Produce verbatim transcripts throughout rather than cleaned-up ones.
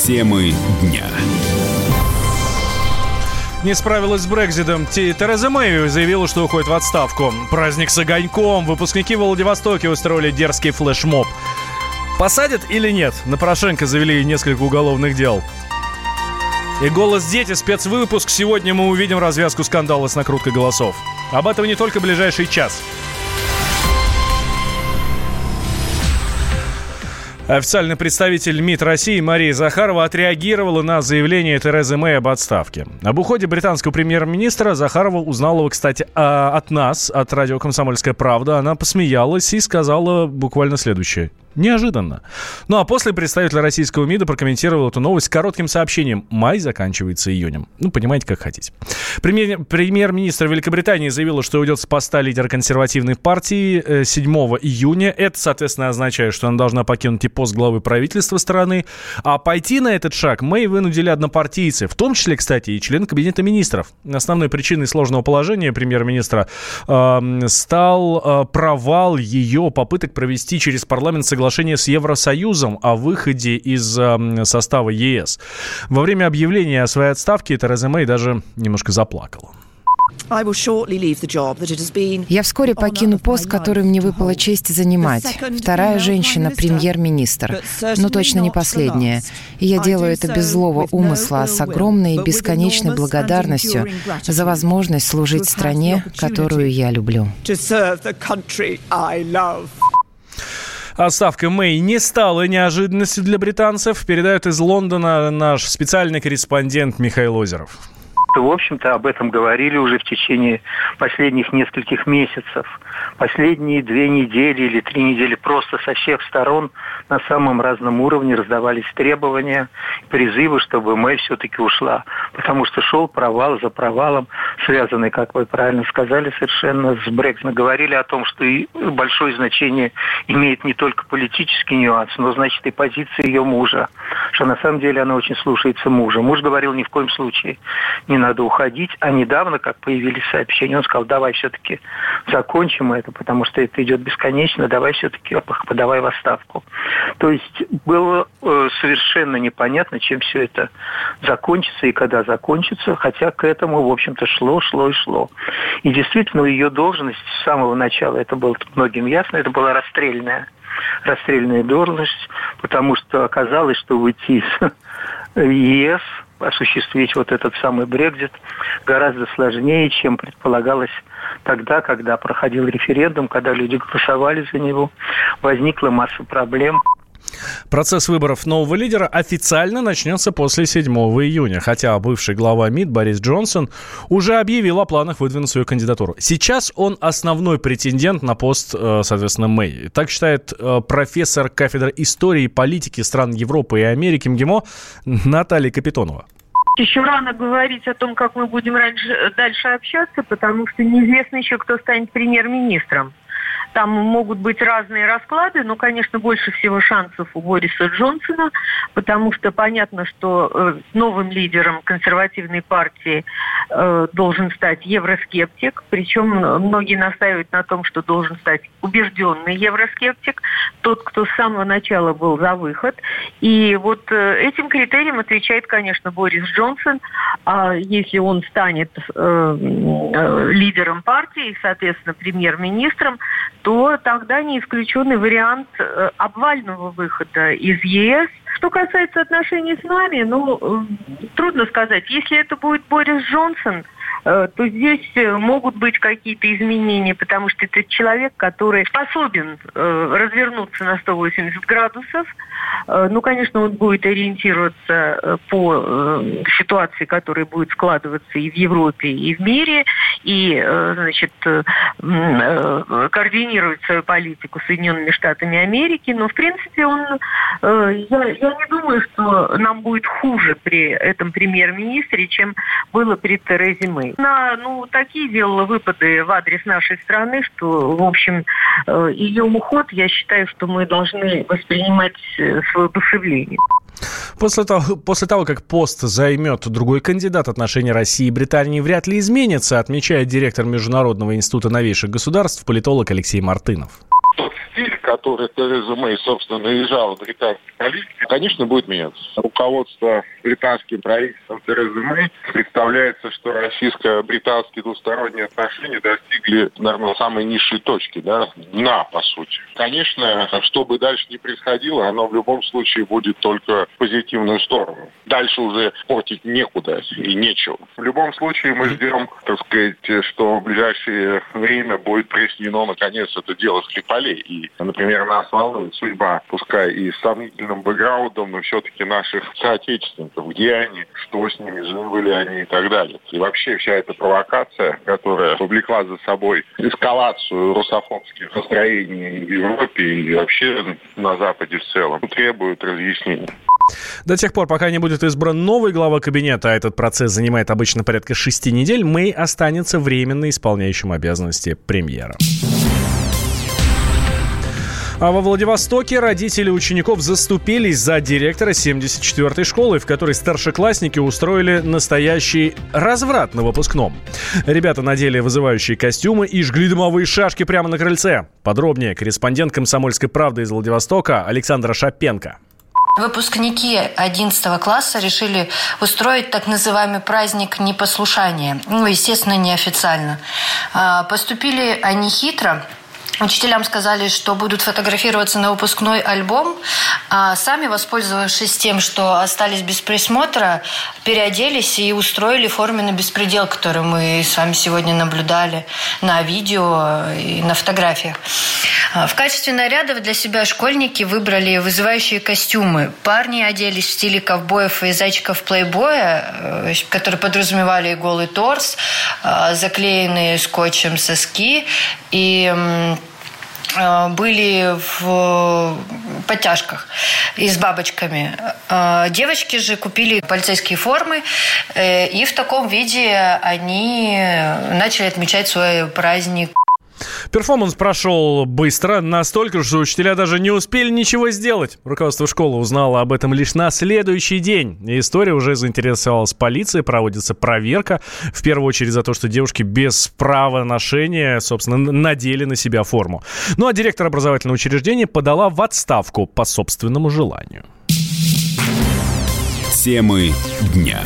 Темы дня. Не справилась с Брекситом. Тереза Мэй заявила, что уходит в отставку. Праздник с огоньком. Выпускники в Владивостоке устроили дерзкий флешмоб. Посадят или нет? На Порошенко завели несколько уголовных дел. И «Голос дети» спецвыпуск. Сегодня мы увидим развязку скандала с накруткой голосов. Об этом не только ближайший час. Официальный представитель МИД России Мария Захарова отреагировала на заявление Терезы Мэй об отставке. Об уходе британского премьер-министра Захарова узнала, кстати, от нас, от радио «Комсомольская правда». Она посмеялась и сказала буквально следующее. Неожиданно. Ну а после представитель российского МИДа прокомментировал эту новость коротким сообщением. Май заканчивается июнем. Ну, понимаете, как хотите. Премьер, премьер-министр Великобритании заявила, что уйдет с поста лидера консервативной партии седьмого июня. Это, соответственно, означает, что она должна покинуть и пост главы правительства страны. А пойти на этот шаг Мэй вынудили однопартийцы, в том числе, кстати, и члены Кабинета министров. Основной причиной сложного положения премьер-министра э, стал э, провал ее попыток провести через парламент соглашение Соглашение с Евросоюзом о выходе из э, состава ЕС. Во время объявления о своей отставке Тереза Мэй даже немножко заплакала. Я вскоре покину пост, который мне выпала честь занимать. Вторая женщина – премьер-министр. Но точно не последняя. И я делаю это без злого умысла, а с огромной и бесконечной благодарностью за возможность служить стране, которую я люблю. Отставка Мэй не стала неожиданностью для британцев, передает из Лондона наш специальный корреспондент Михаил Озеров. В общем-то, об этом говорили уже в течение последних нескольких месяцев. Последние две недели или три недели просто со всех сторон на самом разном уровне раздавались требования, призывы, чтобы Мэй все-таки ушла. Потому что шел провал за провалом, связанный, как вы правильно сказали, совершенно с Брекситом. Говорили о том, что и большое значение имеет не только политический нюанс, но, значит, и позиция ее мужа. Что на самом деле она очень слушается мужа. Муж говорил, ни в коем случае не надо уходить. А недавно, как появились сообщения, он сказал, давай все-таки закончим это, потому что это идет бесконечно, давай все-таки подавай в отставку. То есть было э, совершенно непонятно, чем все это закончится и когда закончится, хотя к этому, в общем-то, шло, шло и шло. И действительно, ее должность с самого начала, это было многим ясно, это была расстрельная, расстрельная должность, потому что оказалось, что уйти из ЕС, осуществить вот этот самый Брексит гораздо сложнее, чем предполагалось тогда, когда проходил референдум, когда люди голосовали за него, возникла масса проблем. Процесс выборов нового лидера официально начнется после седьмого июня, хотя бывший глава МИД Борис Джонсон уже объявил о планах выдвинуть свою кандидатуру. Сейчас он основной претендент на пост, соответственно, Мэй. Так считает профессор кафедры истории и политики стран Европы и Америки МГИМО Наталья Капитонова. Еще рано говорить о том, как мы будем раньше, дальше общаться, потому что неизвестно еще, кто станет премьер-министром. Там могут быть разные расклады, но, конечно, больше всего шансов у Бориса Джонсона, потому что понятно, что э, новым лидером консервативной партии э, должен стать евроскептик, причем многие настаивают на том, что должен стать убежденный евроскептик, тот, кто с самого начала был за выход. И вот э, этим критериям отвечает, конечно, Борис Джонсон. А если он станет э, э, лидером партии и, соответственно, премьер-министром, то тогда не исключенный вариант э, обвального выхода из ЕС. Что касается отношений с нами, ну, э, трудно сказать. Если это будет Борис Джонсон, э, то здесь могут быть какие-то изменения, потому что это человек, который способен э, развернуться на сто восемьдесят градусов. Э, ну, конечно, он будет ориентироваться э, по э, ситуации, которая будет складываться и в Европе, и в мире, и, э, значит, э, э, координировать свою политику с Соединенными Штатами Америки. Но, в принципе, он, э, я, я не думаю, что нам будет хуже при этом премьер-министре, чем было при Терезе Мэй. Она, ну, такие делала выпады в адрес нашей страны, что, в общем, э, ее уход, я считаю, что мы должны воспринимать с воодушевлением. После того, после того, как пост займет другой кандидат, отношения России и Британии вряд ли изменятся, отмечает директор Международного института новейших государств, политолог Алексей Мартынов. Тот стиль, которой Тереза Мэй, собственно, наезжала британской политики, конечно, будет меняться. Руководство британским правительством Терезы Мэй представляется, что российско-британские двусторонние отношения достигли, наверное, самой низшей точки, да, дна, по сути. Конечно, что бы дальше ни происходило, оно в любом случае будет только в позитивную сторону. Дальше уже портить некуда и нечего. В любом случае мы ждем, так сказать, что в ближайшее время будет прояснено, наконец, это дело Скрипалей. И, например, нас волнует судьба, пускай и с сомнительным бэкграундом, но все-таки наших соотечественников. Где они, что с ними, живы ли они и так далее. И вообще вся эта провокация, которая повлекла за собой эскалацию русофобских настроений в Европе и вообще на Западе в целом, требует разъяснений. До тех пор, пока не будет избран новый глава кабинета, а этот процесс занимает обычно порядка шести недель, Мэй останется временно исполняющим обязанности премьера. А во Владивостоке родители учеников заступились за директора семьдесят четвёртой школы, в которой старшеклассники устроили настоящий разврат на выпускном. Ребята надели вызывающие костюмы и жгли дымовые шашки прямо на крыльце. Подробнее корреспондент «Комсомольской правды» из Владивостока Александра Шапенко. Выпускники одиннадцатого класса решили устроить так называемый праздник непослушания. Ну, естественно, неофициально. Поступили они хитро. Учителям сказали, что будут фотографироваться на выпускной альбом, а сами, воспользовавшись тем, что остались без присмотра, переоделись и устроили форменный беспредел, который мы с вами сегодня наблюдали на видео и на фотографиях. В качестве нарядов для себя школьники выбрали вызывающие костюмы. Парни оделись в стиле ковбоев и зайчиков-плейбоя, которые подразумевали голый торс, заклеенные скотчем соски и были в подтяжках и с бабочками. Девочки же купили полицейские формы, и в таком виде они начали отмечать свой праздник. Перформанс прошел быстро, настолько, что учителя даже не успели ничего сделать. Руководство школы узнало об этом лишь на следующий день. История уже заинтересовалась полицией, проводится проверка. В первую очередь за то, что девушки без права ношения, собственно, надели на себя форму. Ну а директор образовательного учреждения подала в отставку по собственному желанию. Темы дня.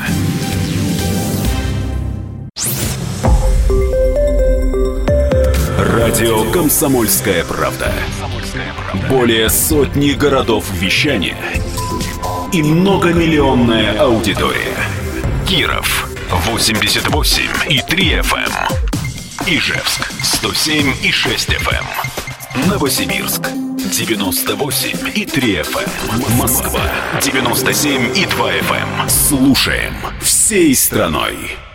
Радио «Комсомольская правда». Более сотни городов вещания и многомиллионная аудитория. Киров восемьдесят восемь и три эф эм, Ижевск сто семь и шесть эф эм, Новосибирск девяносто восемь и три эф эм, Москва девяносто семь и два эф эм. Слушаем всей страной.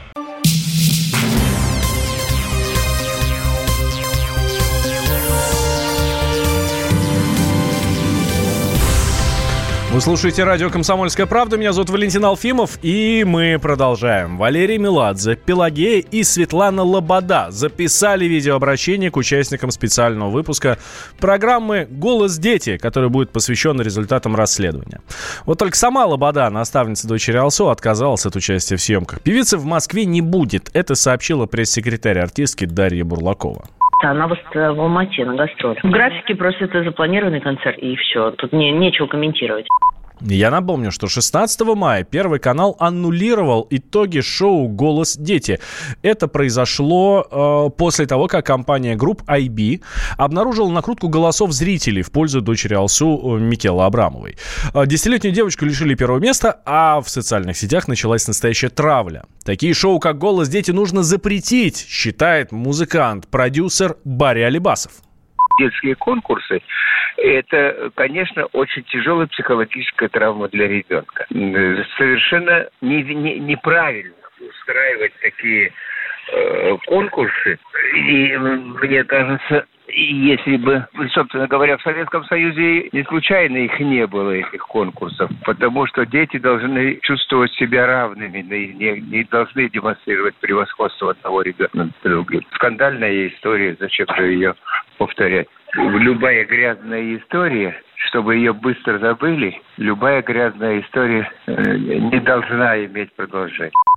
Вы слушаете радио «Комсомольская правда». Меня зовут Валентин Алфимов, и мы продолжаем. Валерий Меладзе, Пелагея и Светлана Лобода записали видеообращение к участникам специального выпуска программы «Голос дети», который будет посвящен результатам расследования. Вот только сама Лобода, наставница дочери Алсу, отказалась от участия в съемках. Певицы в Москве не будет. Это сообщила пресс-секретарь артистки Дарья Бурлакова. Она в Алмате на гастроль. В графике просто это запланированный концерт, и все. Тут не, нечего комментировать. Я напомню, что шестнадцатого мая Первый канал аннулировал итоги шоу «Голос дети». Это произошло э, после того, как компания Group ай би обнаружила накрутку голосов зрителей в пользу дочери Алсу Микелы Абрамовой. Десятилетнюю девочку лишили первого места, а в социальных сетях началась настоящая травля. Такие шоу, как «Голос дети», нужно запретить, считает музыкант, продюсер Барри Алибасов. Детские конкурсы – это, конечно, очень тяжелая психологическая травма для ребенка. Совершенно не, не, неправильно устраивать такие э, конкурсы. И мне кажется, если бы, собственно говоря, в Советском Союзе не случайно их не было, этих конкурсов, потому что дети должны чувствовать себя равными, не, не должны демонстрировать превосходство одного ребенка над другим. Скандальная история, зачем же ее повторять? Любая грязная история, чтобы ее быстро забыли, любая грязная история не должна иметь продолжения.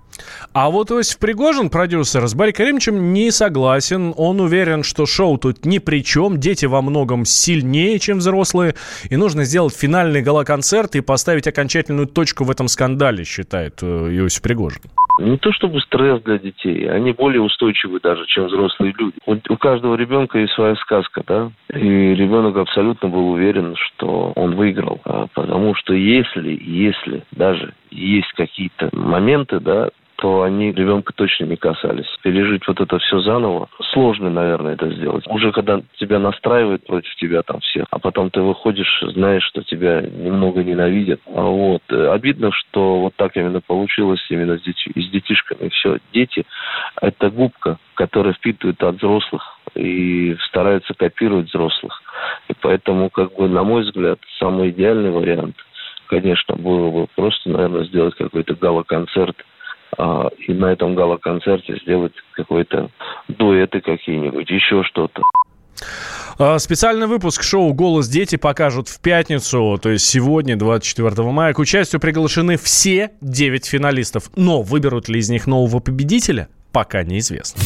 А вот Иосиф Пригожин, продюсер, с Барри Каримовичем не согласен. Он уверен, что шоу тут ни при чем. Дети во многом сильнее, чем взрослые. И нужно сделать финальный гала-концерт и поставить окончательную точку в этом скандале, считает Иосиф Пригожин. Не то чтобы стресс для детей, они более устойчивы даже, чем взрослые люди. У, у каждого ребенка есть своя сказка, да? И ребенок абсолютно был уверен, что он выиграл. А потому что если, если даже есть какие-то моменты, да, то они ребенка точно не касались. Пережить вот это все заново сложно, наверное, это сделать. Уже когда тебя настраивают против тебя там всех, а потом ты выходишь, знаешь, что тебя немного ненавидят. А вот. Обидно, что вот так именно получилось именно с, дети, с детишками. Все. Дети – это губка, которая впитывает от взрослых и стараются копировать взрослых. И поэтому, как бы, на мой взгляд, самый идеальный вариант, конечно, было бы просто, наверное, сделать какой-то гала-концерт, и на этом гала-концерте сделать какой-то дуэты какие-нибудь, еще что-то. Специальный выпуск шоу «Голос дети» покажут в пятницу, то есть сегодня, двадцать четвёртого мая. К участию приглашены все девять финалистов. Но выберут ли из них нового победителя, пока неизвестно.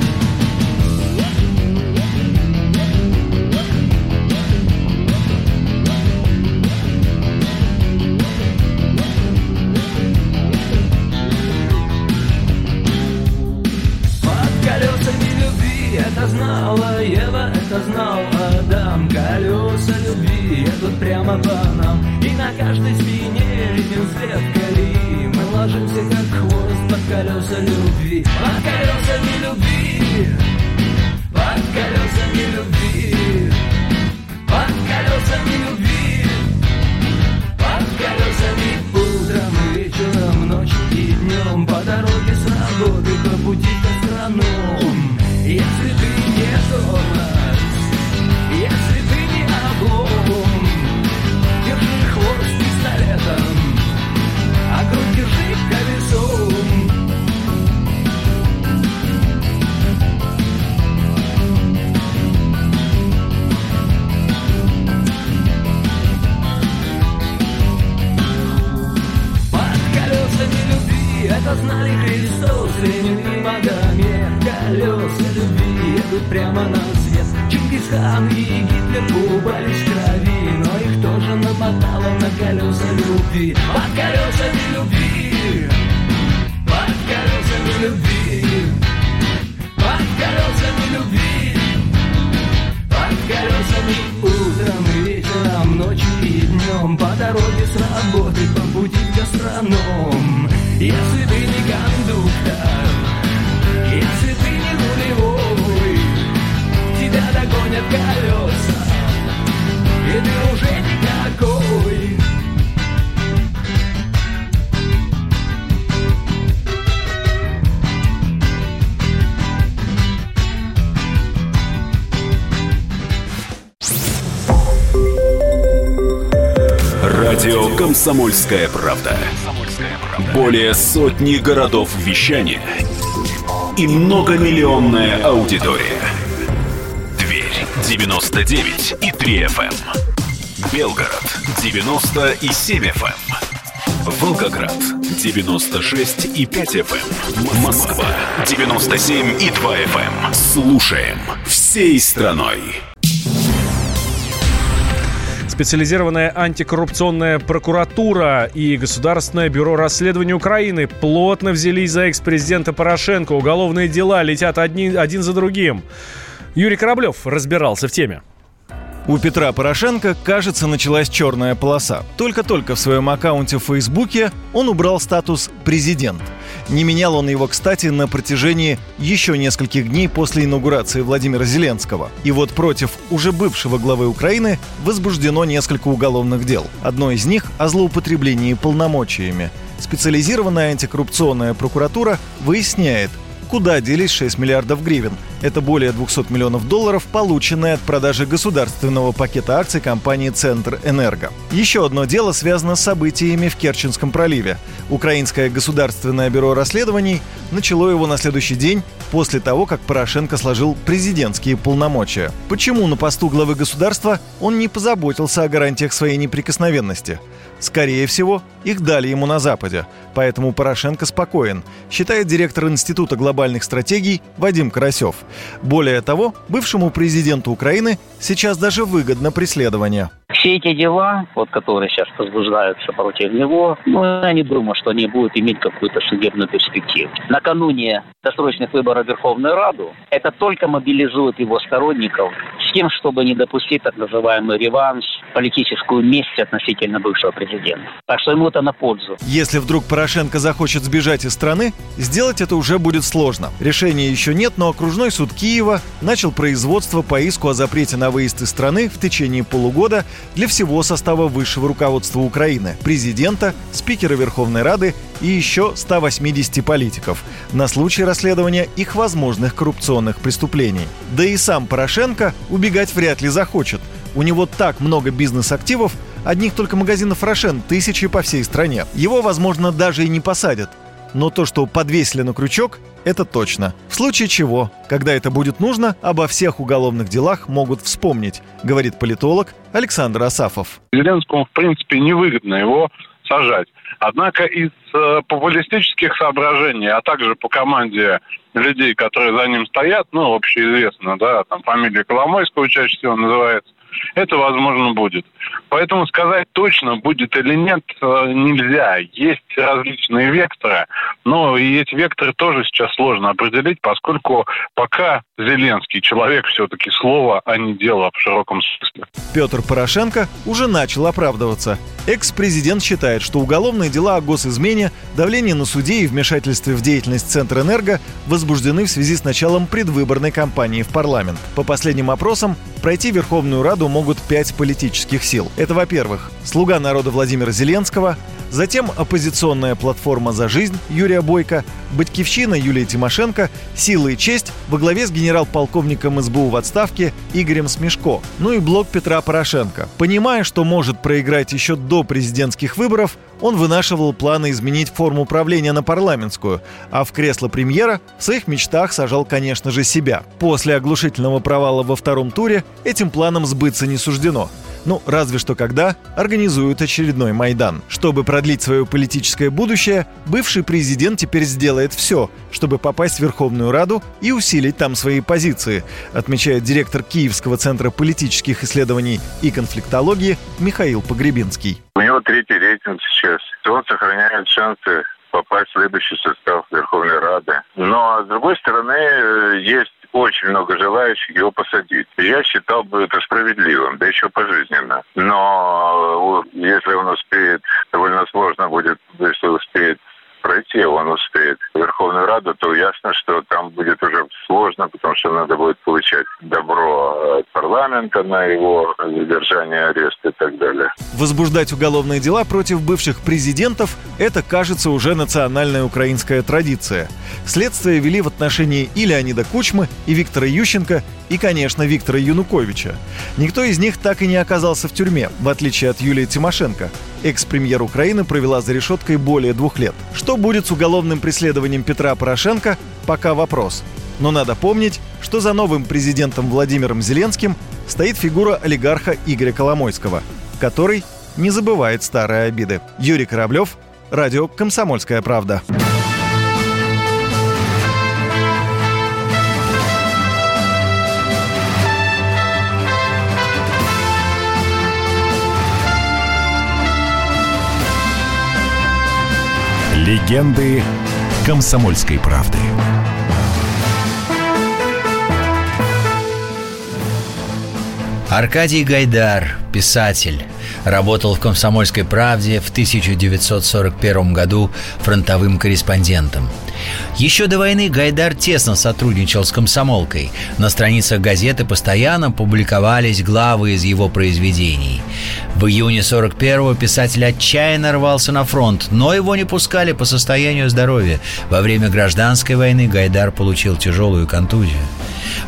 Это знала Ева, это знал Адам. Колеса любви едут прямо по нам, и на каждой спине виден след колеи. Мы ложимся как хвост под колеса любви, под колесами любви, под колесами любви, под колесами любви, под колесами утром и вечером, ночью и днем, по дороге с работы, по пути к гастроном. Если ты не тормоз, если ты не облом, держи хвост пистолетом, а грудь держи колесом. Под колесами любви, это знали Христос, Ленин и Магомед. Колеса любви едут прямо на свет. Чингисхан и Гитлер купались в крови, но их тоже намотало на колеса любви. Под колесами любви, под колесами любви, под колесами любви, под колесами утром и вечером, ночью и днем, по дороге с работы, по пути в гастроном. Если ты не кондуктор, если ты не рулевой, тебя догонят колеса, и ты уже никакой. Радио «Комсомольская правда». Более сотни городов вещания и многомиллионная аудитория. Тверь девяносто девять и три эф эм. Белгород девяносто и семь эф эм. Волгоград девяносто шесть и пять эф эм. Москва девяносто семь и два эф эм. Слушаем всей страной. Специализированная антикоррупционная прокуратура и Государственное бюро расследований Украины плотно взялись за экс-президента Порошенко. Уголовные дела летят одни, один за другим. Юрий Кораблев разбирался в теме. У Петра Порошенко, кажется, началась черная полоса. Только-только в своем аккаунте в Фейсбуке он убрал статус «президент». Не менял он его, кстати, на протяжении еще нескольких дней после инаугурации Владимира Зеленского. И вот против уже бывшего главы Украины возбуждено несколько уголовных дел. Одно из них о злоупотреблении полномочиями. Специализированная антикоррупционная прокуратура выясняет, куда делись шесть миллиардов гривен, Это более двухсот миллионов долларов, полученные от продажи государственного пакета акций компании «Центрэнерго». Еще одно дело связано с событиями в Керченском проливе. Украинское государственное бюро расследований начало его на следующий день после того, как Порошенко сложил президентские полномочия. Почему на посту главы государства он не позаботился о гарантиях своей неприкосновенности? Скорее всего, их дали ему на Западе, поэтому Порошенко спокоен, считает директор Института глобальных стратегий Вадим Карасев. Более того, бывшему президенту Украины сейчас даже выгодно преследование. Все эти дела, вот, которые сейчас возбуждаются против него, ну, я не думаю, что они будут иметь какую-то судебную перспективу. Накануне досрочных выборов в Верховную Раду это только мобилизует его сторонников с тем, чтобы не допустить так называемый реванш, политическую месть относительно бывшего президента. Так что ему это на пользу. Если вдруг Порошенко захочет сбежать из страны, сделать это уже будет сложно. Решения еще нет, но окружной суд Киева начал производство по иску о запрете на выезд из страны в течение полугода для всего состава высшего руководства Украины, президента, спикера Верховной Рады и еще ста восьмидесяти политиков на случай расследования их возможных коррупционных преступлений. Да и сам Порошенко убегать вряд ли захочет. У него так много бизнес-активов, одних только магазинов «Рошен» тысячи по всей стране. Его, возможно, даже и не посадят. Но то, что подвесили на крючок, это точно. В случае чего, когда это будет нужно, обо всех уголовных делах могут вспомнить, говорит политолог Александр Асафов. Зеленскому, в принципе, невыгодно его сажать. Однако из э, популистических соображений, а также по команде людей, которые за ним стоят, ну, общеизвестно, да, там фамилия Коломойского чаще всего называется, это возможно будет. Поэтому сказать точно, будет или нет, нельзя. Есть различные векторы, но и эти векторы тоже сейчас сложно определить, поскольку пока Зеленский человек все-таки слово, а не дело в широком смысле. Петр Порошенко уже начал оправдываться. Экс-президент считает, что уголовные дела о госизмене, давлении на судей и вмешательстве в деятельность Центрэнерго возбуждены в связи с началом предвыборной кампании в парламент. По последним опросам, пройти Верховную Раду могут пять политических сил. Это, во-первых, «Слуга народа» Владимира Зеленского, затем оппозиционная платформа «За жизнь» Юрия Бойко, «Батькивщина» Юлии Тимошенко, «Сила и честь» во главе с генерал-полковником СБУ в отставке Игорем Смешко, ну и блок Петра Порошенко. Понимая, что может проиграть еще до президентских выборов, он вынашивал планы изменить форму правления на парламентскую, а в кресло премьера в своих мечтах сажал, конечно же, себя. После оглушительного провала во втором туре этим планам сбыться не суждено. Ну, разве что когда организуют очередной Майдан. Чтобы продлить свое политическое будущее, бывший президент теперь сделает все, чтобы попасть в Верховную Раду и усилить там свои позиции, отмечает директор Киевского центра политических исследований и конфликтологии Михаил Погребинский. У него третий рейтинг сейчас. Он сохраняет шансы попасть в следующий состав Верховной Рады. Но, с другой стороны, есть очень много желающих его посадить. Я считал бы это справедливым, да еще пожизненно. Но если он успеет, довольно сложно будет, если успеет пройти, он успеет в Верховную Раду, то ясно, что там будет уже сложно, потому что надо будет получать добро от парламента на его задержание, арест и так далее. Возбуждать уголовные дела против бывших президентов – это, кажется, уже национальная украинская традиция. Следствие вели в отношении и Леонида Кучмы, и Виктора Ющенко, и, конечно, Виктора Януковича. Никто из них так и не оказался в тюрьме, в отличие от Юлии Тимошенко. Экс-премьер Украины провела за решеткой более двух лет. Что будет с уголовным преследованием Петра Порошенко, пока вопрос. Но надо помнить, что за новым президентом Владимиром Зеленским стоит фигура олигарха Игоря Коломойского, который не забывает старые обиды. Юрий Кораблев, радио «Комсомольская правда». Легенды «Комсомольской правды». Аркадий Гайдар, писатель, работал в «Комсомольской правде» в тысяча девятьсот сорок первом году фронтовым корреспондентом. Еще до войны Гайдар тесно сотрудничал с «Комсомолкой». На страницах газеты постоянно публиковались главы из его произведений. В июне сорок первого писатель отчаянно рвался на фронт, но его не пускали по состоянию здоровья. Во время гражданской войны Гайдар получил тяжелую контузию.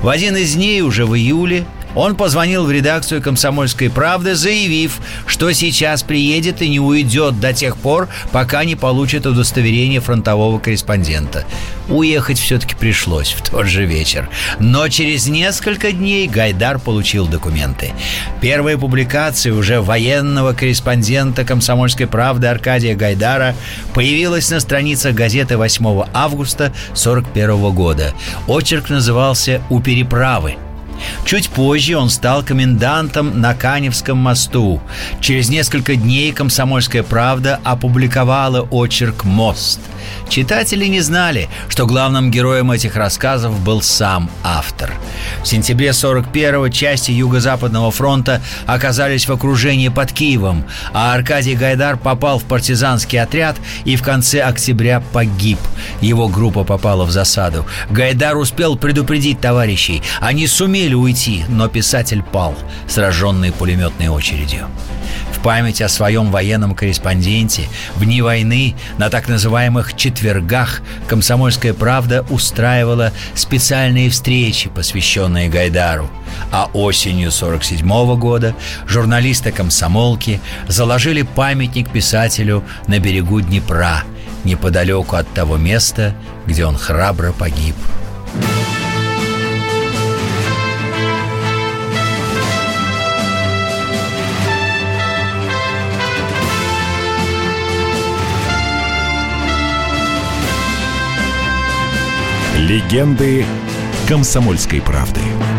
В один из дней, уже в июле, он позвонил в редакцию «Комсомольской правды», заявив, что сейчас приедет и не уйдет до тех пор, пока не получит удостоверение фронтового корреспондента. Уехать все-таки пришлось в тот же вечер. Но через несколько дней Гайдар получил документы. Первая публикация уже военного корреспондента «Комсомольской правды» Аркадия Гайдара появилась на страницах газеты восьмого августа сорок первого года. Очерк назывался «У переправы». Чуть позже он стал комендантом на Каневском мосту. Через несколько дней «Комсомольская правда» опубликовала очерк «Мост». Читатели не знали, что главным героем этих рассказов был сам автор. В сентябре сорок первого части Юго-Западного фронта оказались в окружении под Киевом, а Аркадий Гайдар попал в партизанский отряд и в конце октября погиб. Его группа попала в засаду. Гайдар успел предупредить товарищей. Они сумели уйти, но писатель пал, сраженный пулеметной очередью. В память о своем военном корреспонденте в дни войны на так называемых четвергах «Комсомольская правда» устраивала специальные встречи, посвященные Гайдару. А осенью сорок седьмого года журналисты «Комсомолки» заложили памятник писателю на берегу Днепра, неподалеку от того места, где он храбро погиб. Легенды «Комсомольской правды».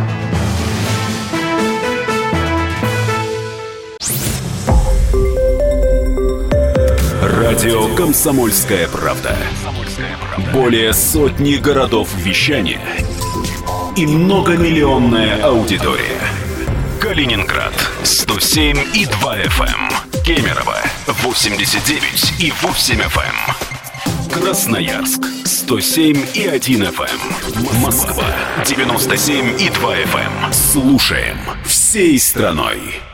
Радио «Комсомольская правда». Более сотни городов вещания и многомиллионная аудитория. Калининград сто семь и два эф эм, Кемерово восемьдесят девять и восемь эф эм. Красноярск сто семь и один эф эм. Москва девяносто семь и два эф эм. Слушаем всей страной.